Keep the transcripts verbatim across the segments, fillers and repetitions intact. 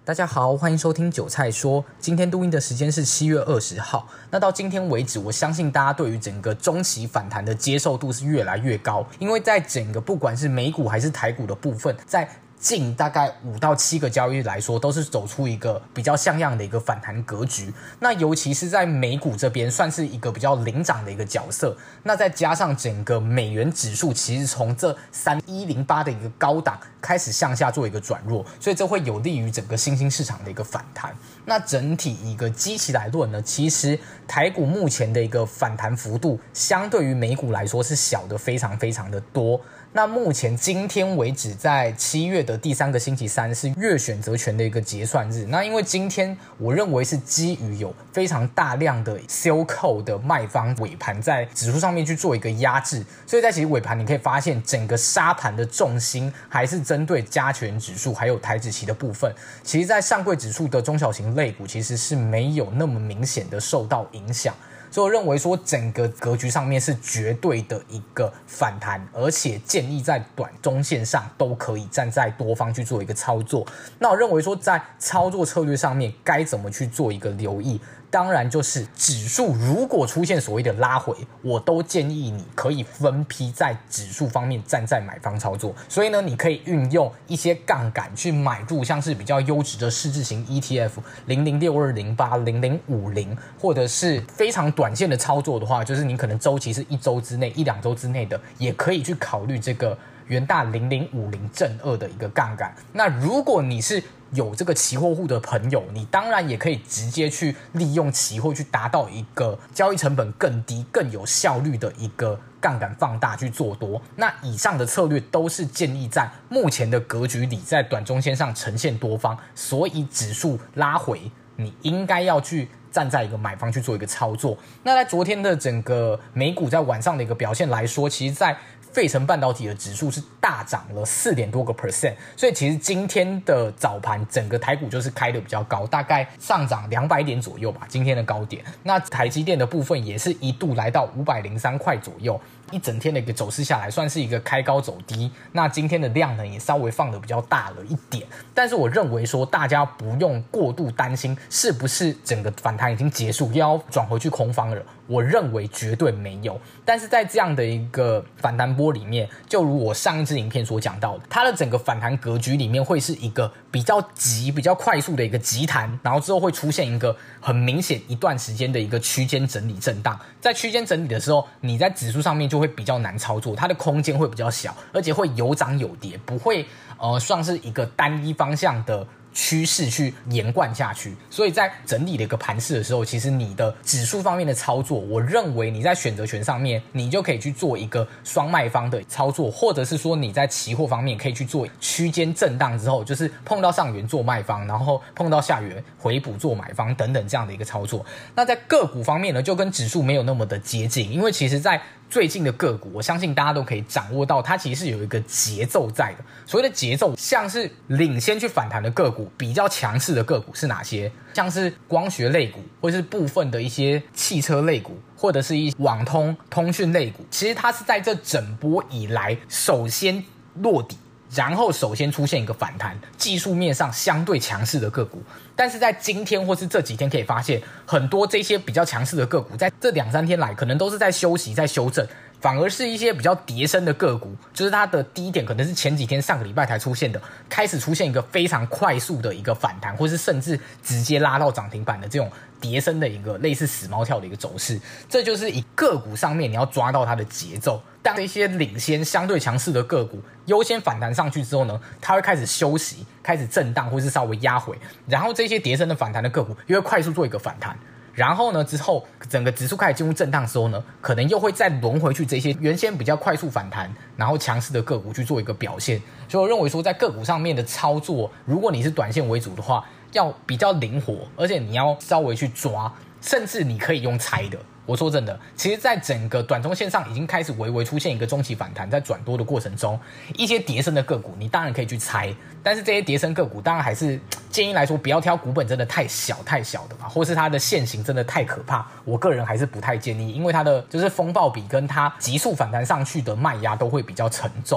大家好，欢迎收听韭菜说。今天录音的时间是七月二十号。那到今天为止，我相信大家对于整个中期反弹的接受度是越来越高，因为在整个不管是美股还是台股的部分，在近大概五到七个交易日来说，都是走出一个比较像样的一个反弹格局。那尤其是在美股这边，算是一个比较领涨的一个角色。那再加上整个美元指数，其实从这三一零八的一个高档开始向下做一个转弱，所以这会有利于整个新兴市场的一个反弹。那整体一个基期来论呢，其实台股目前的一个反弹幅度，相对于美股来说是小的非常非常的多。那目前今天为止，在七月的第三个星期三是月选择权的一个结算日。那因为今天我认为是基于有非常大量的 sell call 的卖方尾盘在指数上面去做一个压制，所以在其实尾盘你可以发现整个沙盘的重心还是针对加权指数还有台指期的部分。其实在上柜指数的中小型类股其实是没有那么明显的受到影响。所以我认为说整个格局上面是绝对的一个反弹，而且建议在短中线上都可以站在多方去做一个操作。那我认为说在操作策略上面该怎么去做一个留意，当然就是指数如果出现所谓的拉回，我都建议你可以分批在指数方面站在买方操作。所以呢，你可以运用一些杠杆去买入像是比较优质的市值型 E T F 零零六二零八、零零五零，或者是非常短线的操作的话，就是你可能周期是一周之内、一两周之内的，也可以去考虑这个元大零零五零正二的一个杠杆。那如果你是有这个期货户的朋友，你当然也可以直接去利用期货去达到一个交易成本更低、更有效率的一个杠杆放大去做多。那以上的策略都是建立在目前的格局里，在短中线上呈现多方，所以指数拉回，你应该要去站在一个买方去做一个操作。那在昨天的整个美股在晚上的一个表现来说，其实在费城半导体的指数是大涨了四点多个 percent， 所以其实今天的早盘整个台股就是开的比较高，大概上涨两百点左右吧，今天的高点。那台积电的部分也是一度来到五百零三块左右，一整天的一个走势下来，算是一个开高走低。那今天的量呢也稍微放的比较大了一点，但是我认为说大家不用过度担心是不是整个反弹已经结束，要转回去空方了。我认为绝对没有。但是在这样的一个反弹波里面，就如我上一支影片所讲到的，它的整个反弹格局里面会是一个比较急、比较快速的一个急弹，然后之后会出现一个很明显一段时间的一个区间整理震荡。在区间整理的时候，你在指数上面就会比较难操作，它的空间会比较小，而且会有涨有跌，不会呃算是一个单一方向的趋势去延贯下去。所以在整理的一个盘势的时候，其实你的指数方面的操作，我认为你在选择权上面你就可以去做一个双卖方的操作，或者是说你在期货方面可以去做区间震荡之后，就是碰到上缘做卖方，然后碰到下缘回补做买方等等这样的一个操作。那在个股方面呢，就跟指数没有那么的接近，因为其实在最近的个股，我相信大家都可以掌握到，它其实是有一个节奏在的。所谓的节奏，像是领先去反弹的个股，比较强势的个股是哪些？像是光学类股，或是部分的一些汽车类股，或者是一些网通、通讯类股，其实它是在这整波以来首先落底，然后首先出现一个反弹，技术面上相对强势的个股。但是在今天或是这几天可以发现，很多这些比较强势的个股在这两三天来可能都是在休息、在修正，反而是一些比较跌深的个股，就是它的低点可能是前几天上个礼拜才出现的，开始出现一个非常快速的一个反弹，或是甚至直接拉到涨停板的这种跌深的一个类似死猫跳的一个走势。这就是以个股上面你要抓到它的节奏。当这些领先相对强势的个股优先反弹上去之后呢，它会开始休息，开始震荡，或是稍微压回，然后这些跌深的反弹的个股又会快速做一个反弹，然后呢之后整个指数开始进入震荡的时候呢，可能又会再轮回去这些原先比较快速反弹然后强势的个股去做一个表现。所以我认为说在个股上面的操作，如果你是短线为主的话，要比较灵活，而且你要稍微去抓，甚至你可以用猜的。我说真的，其实在整个短中线上已经开始微微出现一个中期反弹，在转多的过程中，一些跌深的个股你当然可以去猜，但是这些跌深个股当然还是建议来说不要挑股本真的太小太小的嘛，或是它的线型真的太可怕，我个人还是不太建议，因为它的就是风暴比跟它急速反弹上去的卖压都会比较沉重。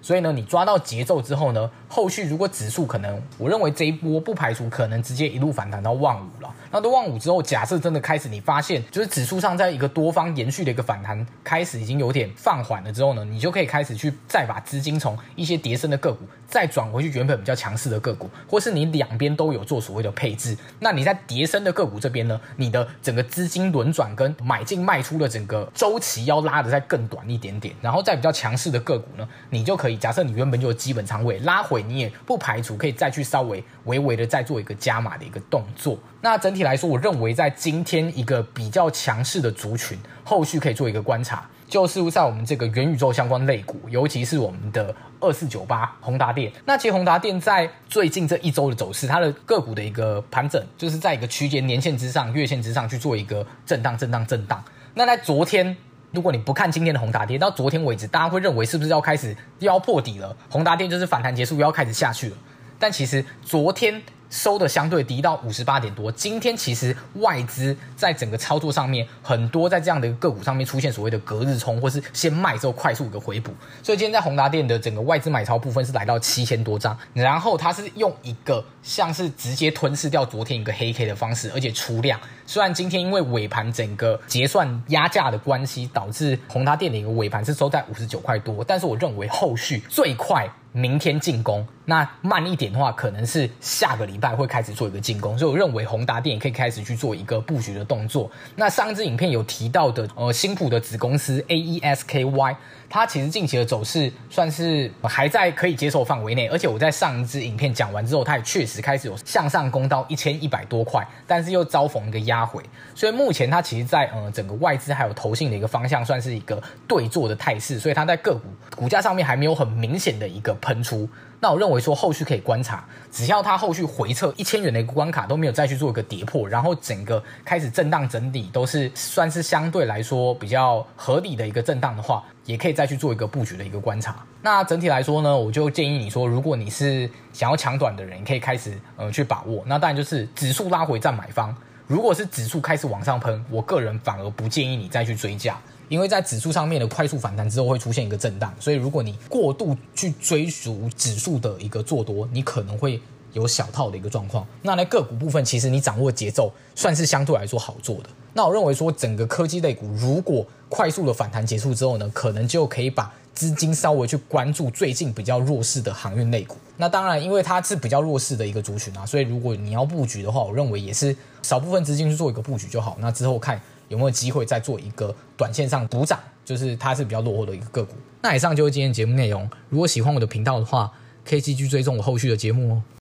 所以呢，你抓到节奏之后呢，后续如果指数可能，我认为这一波不排除可能直接一路反弹到万五了。那到万五之后，假设真的开始你发现就是指数上在一个多方延续的一个反弹开始已经有点放缓了之后呢，你就可以开始去再把资金从一些跌升的个股再转回去原本比较强势的个股，或是你两边都有做所谓的配置。那你在跌升的个股这边呢，你的整个资金轮转跟买进卖出的整个周期要拉得再更短一点点，然后在比较强势的个股呢，你就可以假设你原本就有基本仓位拉回，你也不排除可以再去稍微微微的再做一个加码的一个动作。那整体来说，我认为在今天一个比较强势的族群，后续可以做一个观察，就是在我们这个元宇宙相关类股，尤其是我们的二四九八宏达电。那其实宏达电在最近这一周的走势，它的个股的一个盘整，就是在一个区间年线之上、月线之上去做一个震荡、震荡、震荡。那在昨天，如果你不看今天的宏达电，到昨天为止，大家会认为是不是要开始要破底了？宏达电就是反弹结束，又要开始下去了。但其实昨天收的相对低到五十八点多，今天其实外资在整个操作上面，很多在这样的一个个股上面出现所谓的隔日冲，或是先卖之后快速一个回补。所以今天在宏达电的整个外资买超部分是来到七千多张，然后它是用一个像是直接吞噬掉昨天一个黑 K 的方式，而且出量。虽然今天因为尾盘整个结算压价的关系，导致宏达电的一个尾盘是收在五十九块多，但是我认为后续最快明天进攻，那慢一点的话，可能是下个礼拜会开始做一个进攻，所以我认为宏达电也可以开始去做一个布局的动作。那上一支影片有提到的，呃，新普的子公司 A E S K Y， 它其实近期的走势算是还在可以接受范围内，而且我在上一支影片讲完之后，它也确实开始有向上攻到一千一百多块，但是又遭逢一个压回，所以目前它其实在呃整个外资还有投信的一个方向，算是一个对做的态势，所以它在个股股价上面还没有很明显的一个喷出。那我认为说后续可以观察，只要它后续回撤一千元的一个关卡都没有再去做一个跌破，然后整个开始震荡整理都是算是相对来说比较合理的一个震荡的话，也可以再去做一个布局的一个观察。那整体来说呢，我就建议你说，如果你是想要抢短的人，你可以开始呃去把握。那当然就是指数拉回占买方，如果是指数开始往上喷，我个人反而不建议你再去追价。因为在指数上面的快速反弹之后会出现一个震荡，所以如果你过度去追逐指数的一个做多，你可能会有小套的一个状况。那在个股部分，其实你掌握节奏算是相对来说好做的。那我认为说，整个科技类股如果快速的反弹结束之后呢，可能就可以把资金稍微去关注最近比较弱势的航运类股。那当然，因为它是比较弱势的一个族群啊，所以如果你要布局的话，我认为也是少部分资金去做一个布局就好。那之后看有没有机会再做一个短线上补涨，就是它是比较落后的一个个股。那以上就是今天的节目内容。如果喜欢我的频道的话，可以继续追踪我后续的节目哦。